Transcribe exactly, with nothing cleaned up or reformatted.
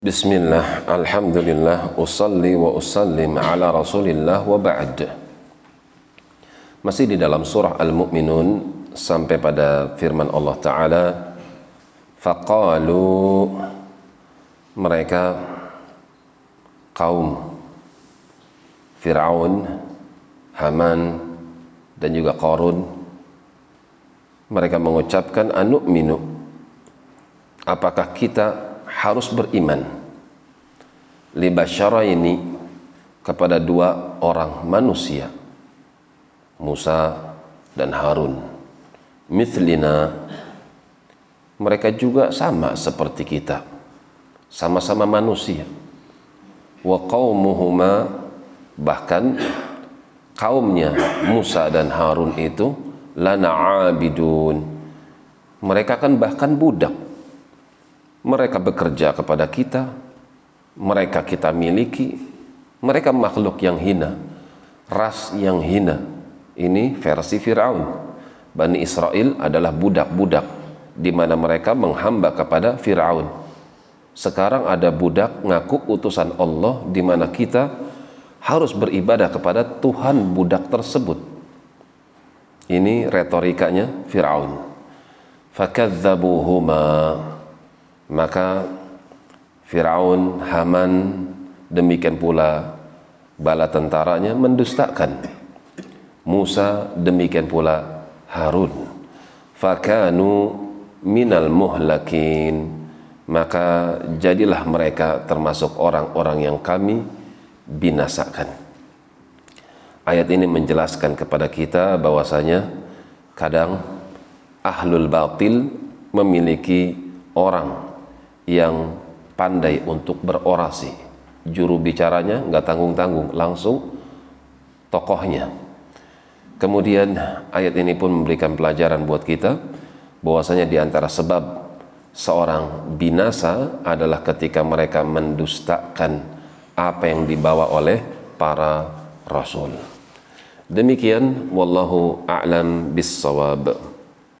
Bismillah, alhamdulillah, usalli wa usallim ala rasulillah wa ba'd. Masih di dalam surah Al-Mu'minun sampai pada firman Allah Ta'ala, faqalu, mereka kaum Fir'aun, Haman dan juga Qarun, mereka mengucapkan anu'minu, apakah kita harus beriman libasyaraini, kepada dua orang manusia, Musa dan Harun, mithlina, mereka juga sama seperti kita, sama-sama manusia, wa qaumuhuma, bahkan kaumnya Musa dan Harun itu lana abidun, mereka kan bahkan budak. Mereka bekerja kepada kita, mereka kita miliki, mereka makhluk yang hina, ras yang hina. Ini versi Fir'aun. Bani Israel adalah budak-budak, di mana mereka menghamba kepada Fir'aun. Sekarang ada budak ngaku utusan Allah, di mana kita harus beribadah kepada Tuhan budak tersebut. Ini retorikanya Fir'aun. Fakadzabuhuma, maka Fir'aun, Haman, demikian pula bala tentaranya mendustakan Musa, demikian pula Harun. Fakanu minal muhlakin, maka jadilah mereka termasuk orang-orang yang kami binasakan. Ayat ini menjelaskan kepada kita bahwasanya kadang ahlul batil memiliki orang yang pandai untuk berorasi, juru bicaranya nggak tanggung-tanggung, langsung tokohnya. Kemudian ayat ini pun memberikan pelajaran buat kita bahwasanya di antara sebab seorang binasa adalah ketika mereka mendustakan apa yang dibawa oleh para rasul. Demikian, wallahu a'lam bissawab.